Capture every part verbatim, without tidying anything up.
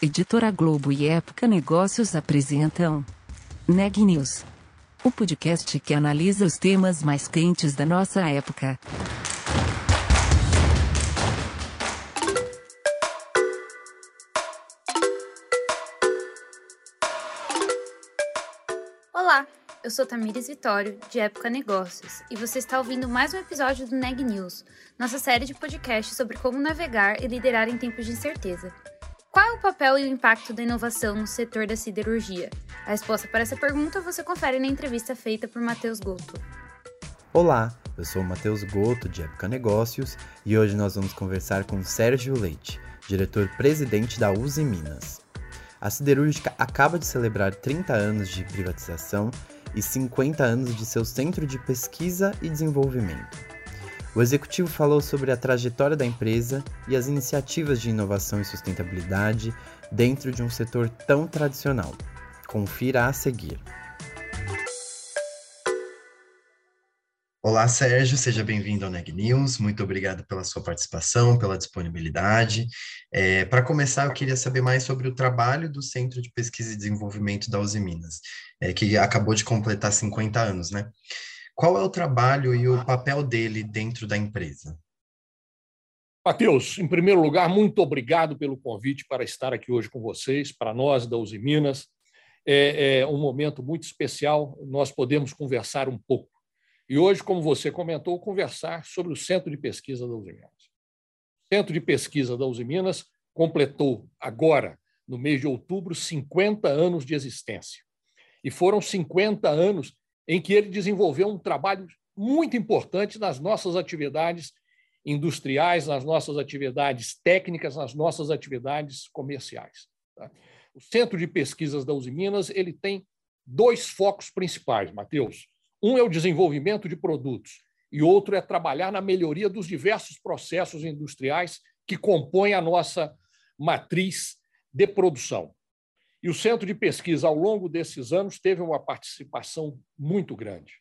Editora Globo e Época Negócios apresentam Neg News, o podcast que analisa os temas mais quentes da nossa época. Olá, eu sou Tamires Vitório, de Época Negócios, e você está ouvindo mais um episódio do Neg News, nossa série de podcasts sobre como navegar e liderar em tempos de incerteza. Qual é o papel e o impacto da inovação no setor da siderurgia? A resposta para essa pergunta você confere na entrevista feita por Matheus Goto. Olá, eu sou o Matheus Goto, de Época Negócios, e hoje nós vamos conversar com Sérgio Leite, diretor-presidente da Uzi Minas. A siderúrgica acaba de celebrar trinta anos de privatização e cinquenta anos de seu centro de pesquisa e desenvolvimento. O executivo falou sobre a trajetória da empresa e as iniciativas de inovação e sustentabilidade dentro de um setor tão tradicional. Confira a seguir. Olá, Sérgio, seja bem-vindo ao Neg News. Muito obrigado pela sua participação, pela disponibilidade. É, para começar, eu queria saber mais sobre o trabalho do Centro de Pesquisa e Desenvolvimento da Uzi Minas, é, que acabou de completar cinquenta anos, né? Qual é o trabalho e o papel dele dentro da empresa? Matheus, em primeiro lugar, muito obrigado pelo convite para estar aqui hoje com vocês, para nós da Uzi Minas. É, é um momento muito especial, nós podemos conversar um pouco. E hoje, como você comentou, conversar sobre o Centro de Pesquisa da Uzi Minas. O Centro de Pesquisa da Uzi Minas completou agora, no mês de outubro, cinquenta anos de existência. E foram cinquenta anos em que ele desenvolveu um trabalho muito importante nas nossas atividades industriais, nas nossas atividades técnicas, nas nossas atividades comerciais. Tá? O Centro de Pesquisas da Uzi Minas ele tem dois focos principais, Matheus. Um é o desenvolvimento de produtos e outro é trabalhar na melhoria dos diversos processos industriais que compõem a nossa matriz de produção. E o Centro de Pesquisa, ao longo desses anos, teve uma participação muito grande.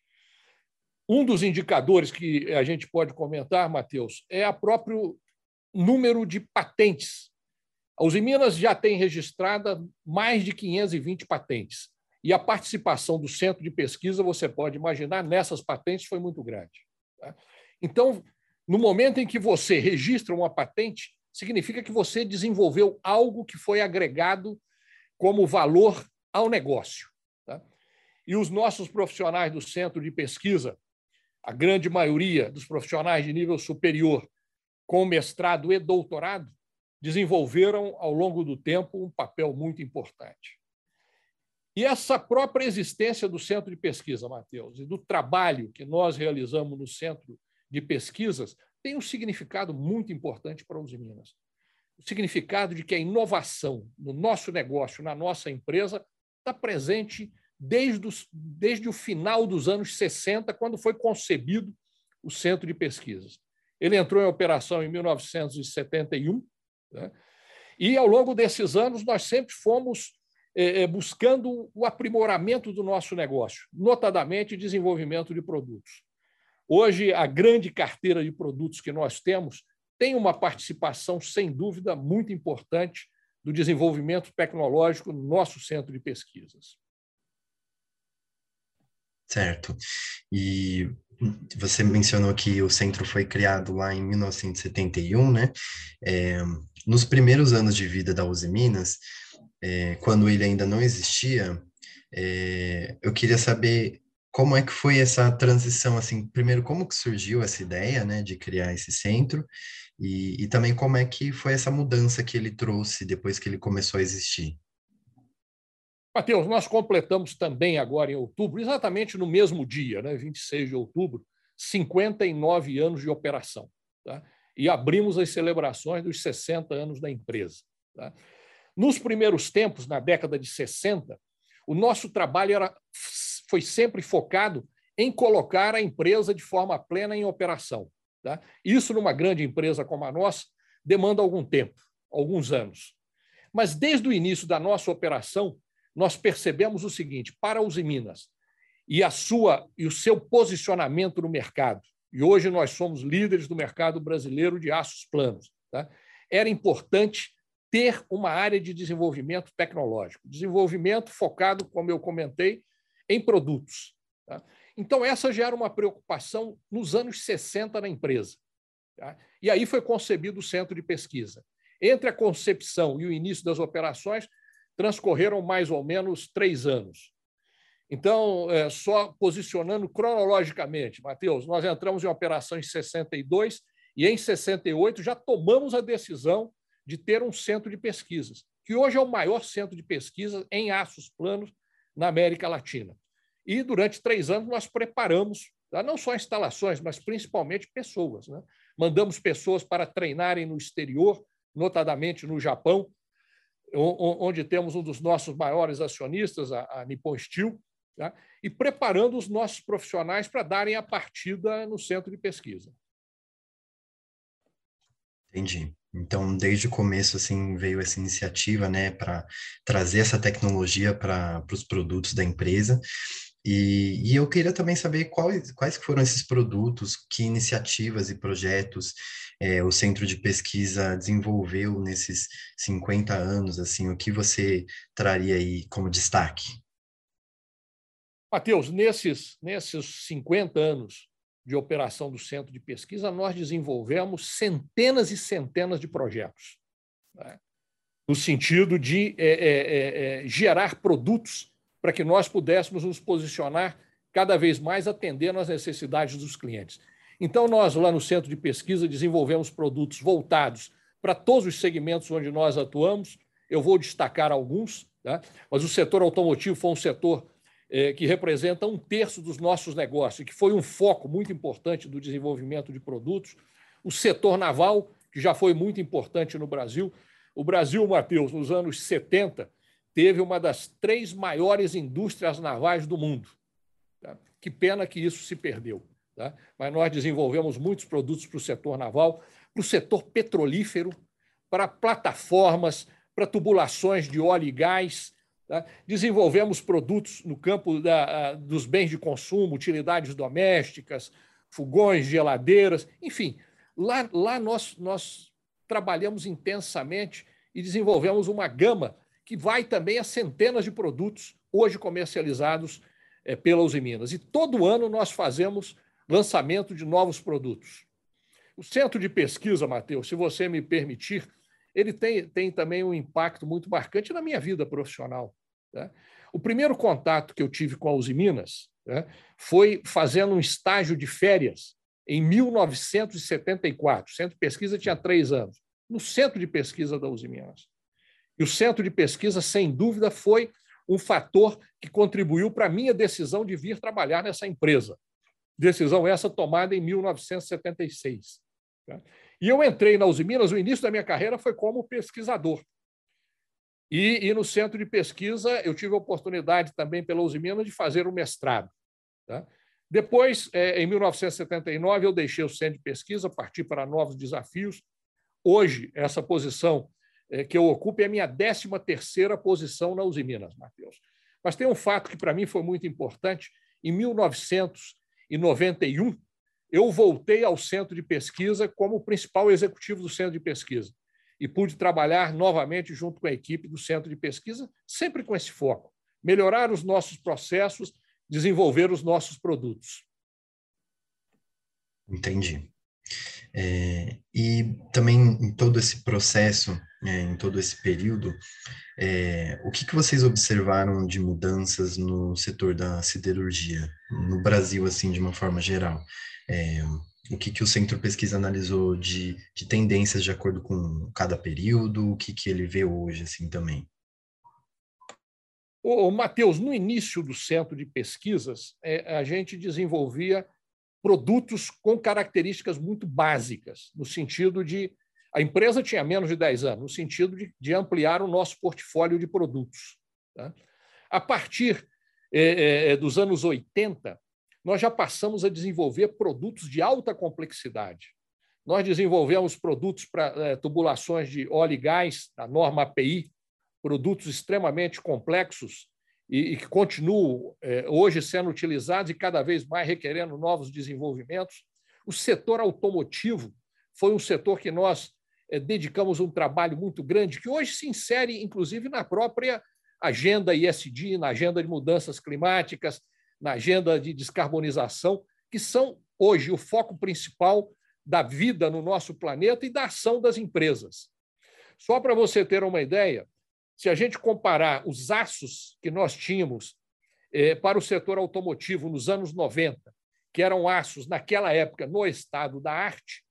Um dos indicadores que a gente pode comentar, Matheus, é o próprio número de patentes. A Uzi Minas já tem registrada mais de quinhentas e vinte patentes. E a participação do Centro de Pesquisa, você pode imaginar, nessas patentes foi muito grande. Tá? Então, no momento em que você registra uma patente, significa que você desenvolveu algo que foi agregado como valor ao negócio. Tá? E os nossos profissionais do Centro de Pesquisa, a grande maioria dos profissionais de nível superior, com mestrado e doutorado, desenvolveram, ao longo do tempo, um papel muito importante. E essa própria existência do Centro de Pesquisa, Matheus, e do trabalho que nós realizamos no Centro de Pesquisas, tem um significado muito importante para a Uzi Minas. O significado de que a inovação no nosso negócio, na nossa empresa, está presente desde, os, desde o final dos anos sessenta, quando foi concebido o Centro de Pesquisas. Ele entrou em operação em mil novecentos e setenta e um, né? E, ao longo desses anos, nós sempre fomos é, buscando o aprimoramento do nosso negócio, notadamente desenvolvimento de produtos. Hoje, a grande carteira de produtos que nós temos tem uma participação, sem dúvida, muito importante do desenvolvimento tecnológico no nosso Centro de Pesquisas. Certo. E você mencionou que o centro foi criado lá em mil novecentos e setenta e um, né? É, nos primeiros anos de vida da Uzi Minas, é, quando ele ainda não existia, é, eu queria saber como é que foi essa transição, assim, primeiro, como que surgiu essa ideia, né, de criar esse centro, e, e também como é que foi essa mudança que ele trouxe depois que ele começou a existir. Matheus, nós completamos também agora em outubro, exatamente no mesmo dia, né, vinte e seis de outubro, cinquenta e nove anos de operação. Tá? E abrimos as celebrações dos sessenta anos da empresa. Tá? Nos primeiros tempos, na década de sessenta, o nosso trabalho era, foi sempre focado em colocar a empresa de forma plena em operação. Tá? Isso, numa grande empresa como a nossa, demanda algum tempo, alguns anos. Mas, desde o início da nossa operação, nós percebemos o seguinte: para a Uzi Minas e, a sua, e o seu posicionamento no mercado, e hoje nós somos líderes do mercado brasileiro de aços planos, tá? Era importante ter uma área de desenvolvimento tecnológico, desenvolvimento focado, como eu comentei, em produtos. Tá? Então, essa já era uma preocupação nos anos sessenta na empresa. Tá? E aí foi concebido o Centro de Pesquisa. Entre a concepção e o início das operações, transcorreram mais ou menos três anos. Então, é, só posicionando cronologicamente, Matheus, nós entramos em operação em sessenta e dois e em sessenta e oito já tomamos a decisão de ter um centro de pesquisas, que hoje é o maior centro de pesquisa em aços planos na América Latina. E durante três anos nós preparamos, tá? Não só instalações, mas principalmente pessoas. Né? Mandamos pessoas para treinarem no exterior, notadamente no Japão, onde temos um dos nossos maiores acionistas, a Nippon Steel, tá? E preparando os nossos profissionais para darem a partida no centro de pesquisa. Entendi. Então, desde o começo, assim, veio essa iniciativa, né, para trazer essa tecnologia para os produtos da empresa. E, e eu queria também saber quais, quais foram esses produtos, que iniciativas e projetos é, o Centro de Pesquisa desenvolveu nesses cinquenta anos, assim, o que você traria aí como destaque? Matheus, nesses, nesses cinquenta anos de operação do Centro de Pesquisa, nós desenvolvemos centenas e centenas de projetos, né? No sentido de é, é, é, gerar produtos para que nós pudéssemos nos posicionar cada vez mais atendendo às necessidades dos clientes. Então, nós lá no Centro de Pesquisa desenvolvemos produtos voltados para todos os segmentos onde nós atuamos. Eu vou destacar alguns, tá? Mas o setor automotivo foi um setor que representa um terço dos nossos negócios, que foi um foco muito importante do desenvolvimento de produtos. O setor naval, que já foi muito importante no Brasil. O Brasil, Matheus, nos anos setenta, teve uma das três maiores indústrias navais do mundo. Tá? Que pena que isso se perdeu. Tá? Mas nós desenvolvemos muitos produtos para o setor naval, para o setor petrolífero, para plataformas, para tubulações de óleo e gás. Tá? Desenvolvemos produtos no campo da, dos bens de consumo, utilidades domésticas, fogões, geladeiras, enfim. Lá, lá nós, nós trabalhamos intensamente e desenvolvemos uma gama que vai também a centenas de produtos hoje comercializados é, pela Usiminas. E todo ano nós fazemos lançamento de novos produtos. O Centro de Pesquisa, Matheus, se você me permitir, ele tem, tem também um impacto muito marcante na minha vida profissional. Né? O primeiro contato que eu tive com a Usiminas, né, foi fazendo um estágio de férias em mil novecentos e setenta e quatro. O Centro de Pesquisa tinha três anos, no Centro de Pesquisa da Usiminas. E o Centro de Pesquisa, sem dúvida, foi um fator que contribuiu para a minha decisão de vir trabalhar nessa empresa. Decisão essa tomada em mil novecentos e setenta e seis. Tá? E eu entrei na Usiminas, o início da minha carreira foi como pesquisador. E, e no Centro de Pesquisa eu tive a oportunidade também pela Usiminas de fazer o mestrado. Tá? Depois, é, em mil novecentos e setenta e nove, eu deixei o Centro de Pesquisa, parti para novos desafios. Hoje, essa posição é, que eu ocupo é a minha décima terceira posição na Usiminas, Matheus. Mas tem um fato que para mim foi muito importante. Em mil novecentos e noventa e um, eu voltei ao Centro de Pesquisa como principal executivo do Centro de Pesquisa e pude trabalhar novamente junto com a equipe do Centro de Pesquisa, sempre com esse foco, melhorar os nossos processos, desenvolver os nossos produtos. Entendi. É, e também em todo esse processo, é, em todo esse período, é, o que, que vocês observaram de mudanças no setor da siderurgia, no Brasil, assim, de uma forma geral? É, o que, que o Centro de Pesquisa analisou de, de tendências de acordo com cada período, o que, que ele vê hoje, assim, também? Ô, Matheus, no início do Centro de Pesquisas, é, a gente desenvolvia produtos com características muito básicas, no sentido de... A empresa tinha menos de dez anos, no sentido de, de ampliar o nosso portfólio de produtos. Tá? A partir é, é, dos anos oitenta, nós já passamos a desenvolver produtos de alta complexidade. Nós desenvolvemos produtos para é, tubulações de óleo e gás, da norma A P I, produtos extremamente complexos e, e que continuam é, hoje sendo utilizados e cada vez mais requerendo novos desenvolvimentos. O setor automotivo foi um setor que nós é, dedicamos um trabalho muito grande, que hoje se insere, inclusive, na própria agenda E S G, na agenda de mudanças climáticas, na agenda de descarbonização, que são, hoje, o foco principal da vida no nosso planeta e da ação das empresas. Só para você ter uma ideia, se a gente comparar os aços que nós tínhamos eh, para o setor automotivo nos anos noventa, que eram aços, naquela época, no estado da arte,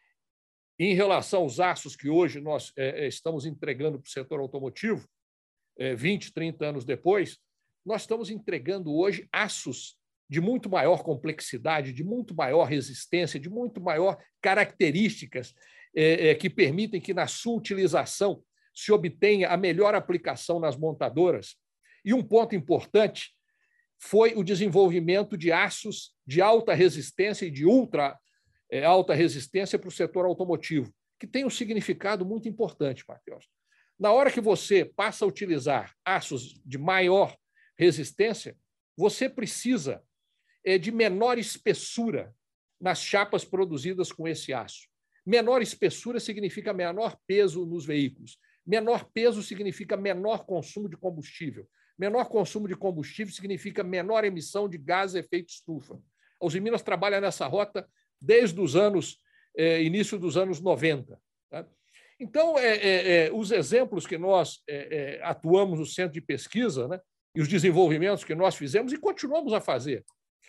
em relação aos aços que hoje nós eh, estamos entregando para o setor automotivo, eh, vinte, trinta anos depois, nós estamos entregando hoje aços de muito maior complexidade, de muito maior resistência, de muito maior características eh, eh, que permitem que, na sua utilização, se obtenha a melhor aplicação nas montadoras. E um ponto importante foi o desenvolvimento de aços de alta resistência e de ultra eh, alta resistência para o setor automotivo, que tem um significado muito importante, Matheus. Na hora que você passa a utilizar aços de maior resistência, você precisa é, de menor espessura nas chapas produzidas com esse aço. Menor espessura significa menor peso nos veículos. Menor peso significa menor consumo de combustível. Menor consumo de combustível significa menor emissão de gás efeito estufa. A Usiminas trabalha nessa rota desde os anos, é, início dos anos noventa. Tá? Então, é, é, é, os exemplos que nós é, é, atuamos no centro de pesquisa, né, e os desenvolvimentos que nós fizemos e continuamos a fazer,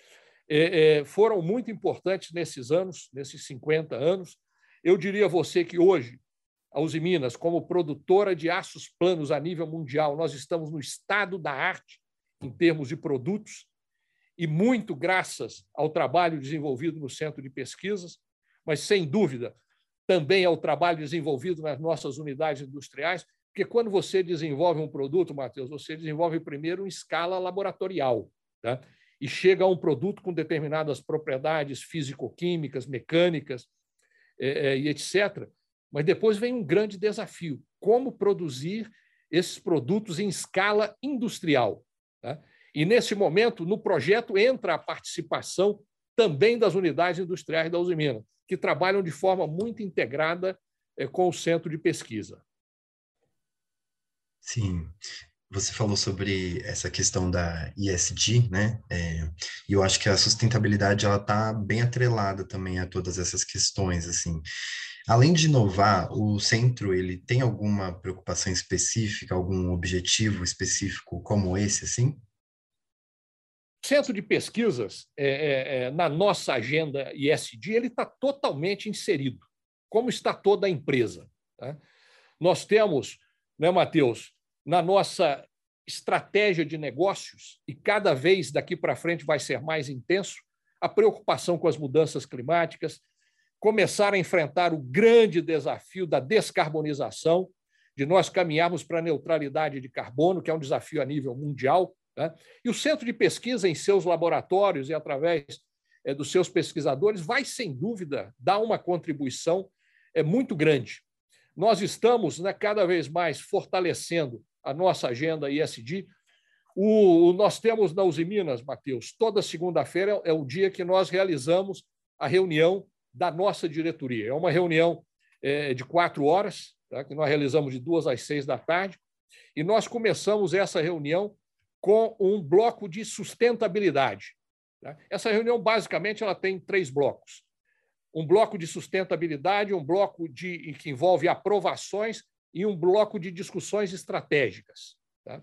é, é, foram muito importantes nesses anos, nesses cinquenta anos. Eu diria a você que hoje, a Usiminas, como produtora de aços planos a nível mundial, nós estamos no estado da arte em termos de produtos, e muito graças ao trabalho desenvolvido no centro de pesquisas, mas, sem dúvida, também ao trabalho desenvolvido nas nossas unidades industriais, porque quando você desenvolve um produto, Matheus, você desenvolve primeiro em escala laboratorial, tá? E chega a um produto com determinadas propriedades físico-químicas, mecânicas é, e etcétera. Mas depois vem um grande desafio: como produzir esses produtos em escala industrial. Tá? E, nesse momento, no projeto entra a participação também das unidades industriais da Usiminas, que trabalham de forma muito integrada é, com o centro de pesquisa. Sim, você falou sobre essa questão da E S G, né? É, e eu acho que a sustentabilidade ela está bem atrelada também a todas essas questões, assim. Além de inovar, o centro ele tem alguma preocupação específica, algum objetivo específico como esse, assim? O centro de pesquisas, é, é, é, na nossa agenda E S G, ele está totalmente inserido, como está toda a empresa. Tá? Nós temos, né, Matheus, na nossa estratégia de negócios, e cada vez daqui para frente vai ser mais intenso, a preocupação com as mudanças climáticas, começar a enfrentar o grande desafio da descarbonização, de nós caminharmos para a neutralidade de carbono, que é um desafio a nível mundial. Né? E o centro de pesquisa, em seus laboratórios e através é, dos seus pesquisadores, vai, sem dúvida, dar uma contribuição é, muito grande. Nós estamos, né, cada vez mais fortalecendo a nossa agenda E S G. O, o, nós temos na Usiminas, Matheus, toda segunda-feira é o dia que nós realizamos a reunião da nossa diretoria. É uma reunião é, de quatro horas, tá, que nós realizamos de duas às seis da tarde, e nós começamos essa reunião com um bloco de sustentabilidade. Tá? Essa reunião, basicamente, ela tem três blocos. Um bloco de sustentabilidade, um bloco de, que envolve aprovações e um bloco de discussões estratégicas. Tá?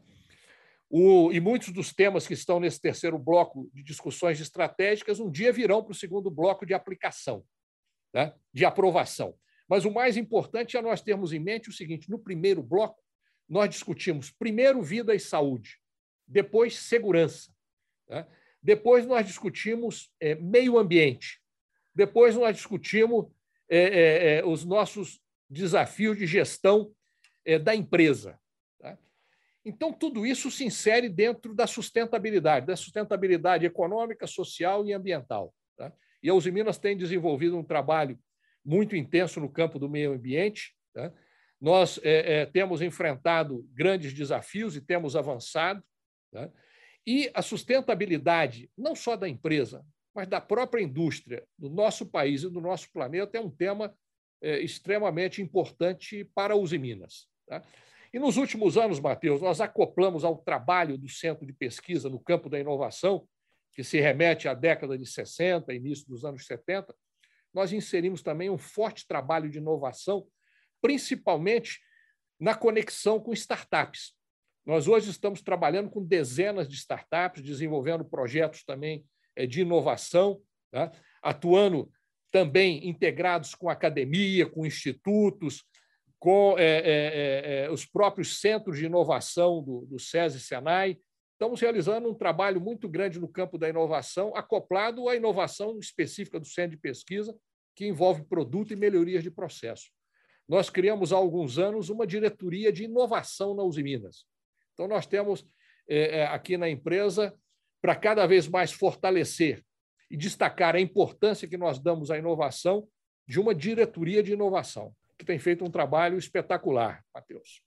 O, e muitos dos temas que estão nesse terceiro bloco de discussões estratégicas um dia virão para o segundo bloco de aplicação, tá? De aprovação. Mas o mais importante é nós termos em mente o seguinte: no primeiro bloco, nós discutimos primeiro vida e saúde, depois segurança, tá? Depois nós discutimos é, meio ambiente, depois nós discutimos é, é, é, os nossos desafios de gestão é, da empresa. Tá? Então, tudo isso se insere dentro da sustentabilidade, da sustentabilidade econômica, social e ambiental. Tá? E a Usiminas tem desenvolvido um trabalho muito intenso no campo do meio ambiente. Tá? Nós é, é, temos enfrentado grandes desafios e temos avançado. Tá? E a sustentabilidade, não só da empresa, mas da própria indústria, do nosso país e do nosso planeta, é um tema é, extremamente importante para a Usiminas. Tá? E nos últimos anos, Matheus, nós acoplamos ao trabalho do Centro de Pesquisa no campo da inovação, que se remete à década de sessenta, início dos anos setenta, nós inserimos também um forte trabalho de inovação, principalmente na conexão com startups. Nós hoje estamos trabalhando com dezenas de startups, desenvolvendo projetos também de inovação, tá? Atuando também integrados com a academia, com institutos, com é, é, é, os próprios centros de inovação do, do SESI e SENAI. Estamos realizando um trabalho muito grande no campo da inovação, acoplado à inovação específica do Centro de Pesquisa, que envolve produto e melhorias de processo. Nós criamos há alguns anos uma diretoria de inovação na Usiminas. Então, nós temos é, aqui na empresa, para cada vez mais fortalecer e destacar a importância que nós damos à inovação, de uma diretoria de inovação, que tem feito um trabalho espetacular, Matheus.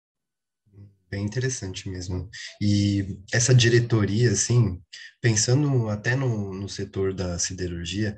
Bem interessante mesmo. E essa diretoria, assim, pensando até no, no setor da siderurgia,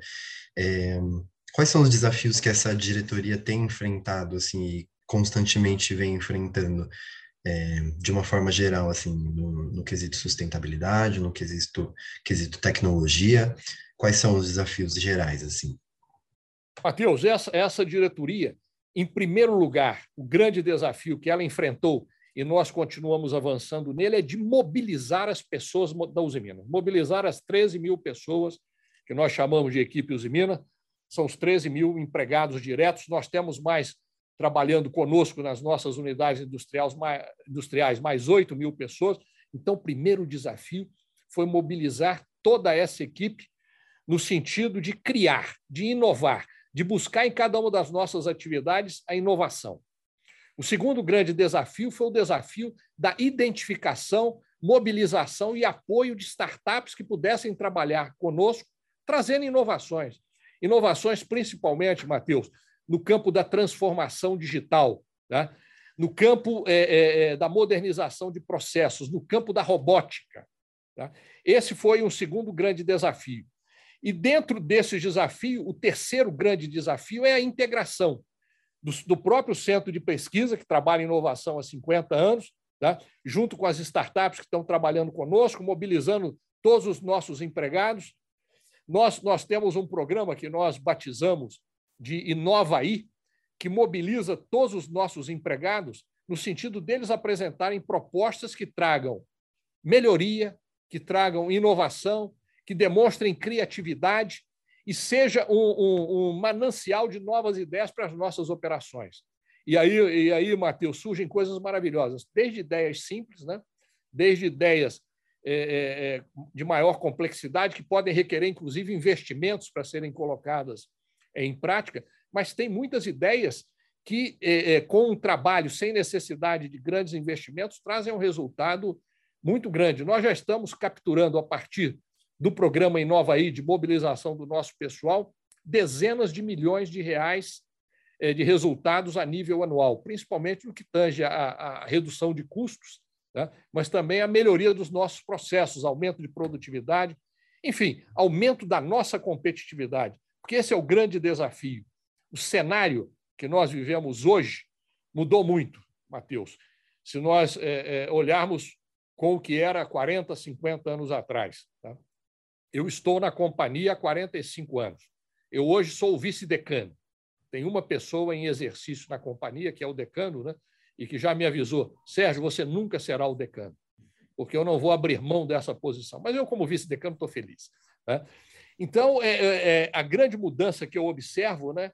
é, quais são os desafios que essa diretoria tem enfrentado, assim, e constantemente vem enfrentando, é, de uma forma geral, assim, no, no quesito sustentabilidade, no quesito, quesito tecnologia? Quais são os desafios gerais, assim? Matheus, essa, essa diretoria, em primeiro lugar, o grande desafio que ela enfrentou, e nós continuamos avançando nele, é de mobilizar as pessoas da Usiminas, mobilizar as treze mil pessoas que nós chamamos de equipe Usiminas, são os treze mil empregados diretos, nós temos mais trabalhando conosco nas nossas unidades industriais mais, industriais, mais oito mil pessoas. Então, o primeiro desafio foi mobilizar toda essa equipe no sentido de criar, de inovar, de buscar em cada uma das nossas atividades a inovação. O segundo grande desafio foi o desafio da identificação, mobilização e apoio de startups que pudessem trabalhar conosco, trazendo inovações. Inovações principalmente, Matheus, no campo da transformação digital, né? No campo é, é, da modernização de processos, no campo da robótica. Tá? Esse foi um segundo grande desafio. E dentro desse desafio, o terceiro grande desafio é a integração do, do próprio Centro de Pesquisa, que trabalha em inovação há cinquenta anos, tá? Junto com as startups que estão trabalhando conosco, mobilizando todos os nossos empregados. Nós, nós temos um programa que nós batizamos de Inovaí, que mobiliza todos os nossos empregados no sentido deles apresentarem propostas que tragam melhoria, que tragam inovação, que demonstrem criatividade e seja um, um, um manancial de novas ideias para as nossas operações. E aí, e aí, Matheus, surgem coisas maravilhosas, desde ideias simples, né? Desde ideias é, é, de maior complexidade, que podem requerer, inclusive, investimentos para serem colocadas em prática, mas tem muitas ideias que, é, com um trabalho sem necessidade de grandes investimentos, trazem um resultado muito grande. Nós já estamos capturando, a partir do programa Inovaí, de mobilização do nosso pessoal, dezenas de milhões de reais é, de resultados a nível anual, principalmente no que tange a, a redução de custos, né? Mas também a melhoria dos nossos processos, aumento de produtividade, enfim, aumento da nossa competitividade. Porque esse é o grande desafio. O cenário que nós vivemos hoje mudou muito, Matheus. Se nós é, é, olharmos com o que era quarenta, cinquenta anos atrás. Tá? Eu estou na companhia há quarenta e cinco anos. Eu hoje sou o vice-decano. Tem uma pessoa em exercício na companhia, que é o decano, né? E que já me avisou: Sérgio, você nunca será o decano, porque eu não vou abrir mão dessa posição. Mas eu, como vice-decano, estou feliz. Né? Então, é, é, a grande mudança que eu observo, né,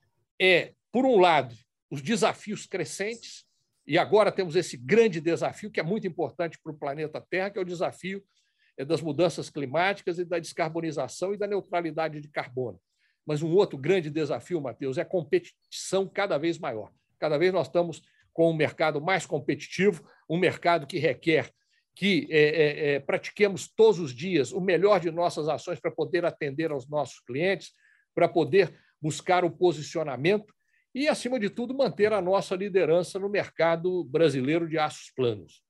é, por um lado, os desafios crescentes, e agora temos esse grande desafio que é muito importante para o planeta Terra, que é o desafio das mudanças climáticas e da descarbonização e da neutralidade de carbono. Mas um outro grande desafio, Matheus, é a competição cada vez maior. Cada vez nós estamos com um mercado mais competitivo, um mercado que requer que é, é, é, pratiquemos todos os dias o melhor de nossas ações para poder atender aos nossos clientes, para poder buscar o posicionamento e, acima de tudo, manter a nossa liderança no mercado brasileiro de aços planos.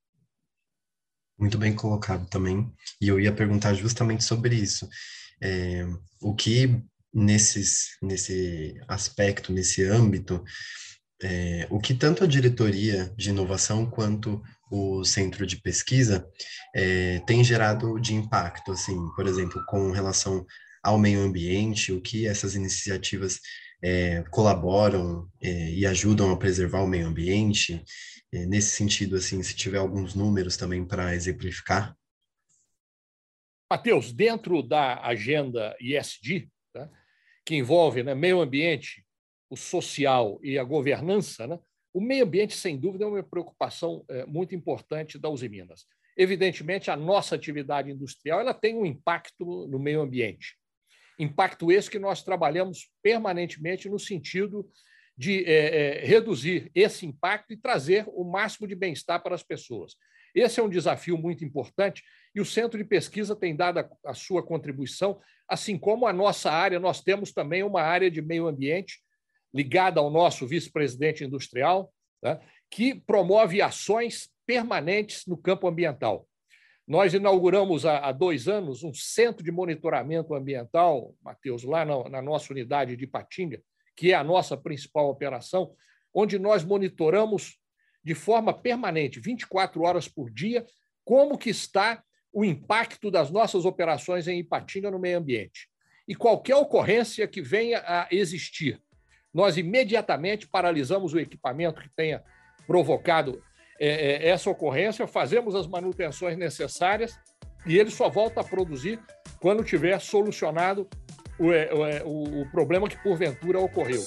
Muito bem colocado também. E eu ia perguntar justamente sobre isso. É, o que nesses, nesse aspecto, nesse âmbito, é, o que tanto a diretoria de inovação quanto o centro de pesquisa é, tem gerado de impacto, assim, por exemplo, com relação ao meio ambiente, o que essas iniciativas é, colaboram é, e ajudam a preservar o meio ambiente, é, nesse sentido, assim, se tiver alguns números também para exemplificar. Matheus, dentro da agenda E S G, tá, que envolve, né, meio ambiente, o social e a governança, né, o meio ambiente, sem dúvida, é uma preocupação é, muito importante da Usiminas. Evidentemente, a nossa atividade industrial ela tem um impacto no meio ambiente. Impacto esse que nós trabalhamos permanentemente no sentido de é, é, reduzir esse impacto e trazer o máximo de bem-estar para as pessoas. Esse é um desafio muito importante e o Centro de Pesquisa tem dado a, a sua contribuição, assim como a nossa área, nós temos também uma área de meio ambiente ligada ao nosso vice-presidente industrial, né, que promove ações permanentes no campo ambiental. Nós inauguramos há, há dois anos um centro de monitoramento ambiental, Matheus, lá na, na nossa unidade de Ipatinga, que é a nossa principal operação, onde nós monitoramos de forma permanente, vinte e quatro horas por dia, como que está o impacto das nossas operações em Ipatinga no meio ambiente. E qualquer ocorrência que venha a existir, nós imediatamente paralisamos o equipamento que tenha provocado é, essa ocorrência, fazemos as manutenções necessárias e ele só volta a produzir quando tiver solucionado o, o, o problema que porventura ocorreu.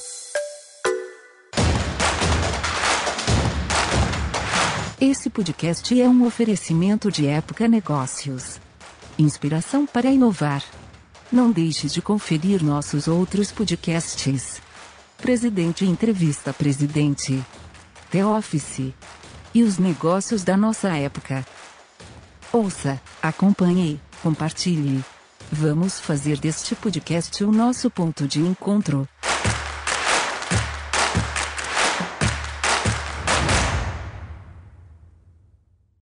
Esse podcast é um oferecimento de Época Negócios. Inspiração para inovar. Não deixe de conferir nossos outros podcasts. Presidente Entrevista Presidente, The Office e os negócios da nossa época. Ouça, acompanhe, compartilhe. Vamos fazer deste podcast o nosso ponto de encontro.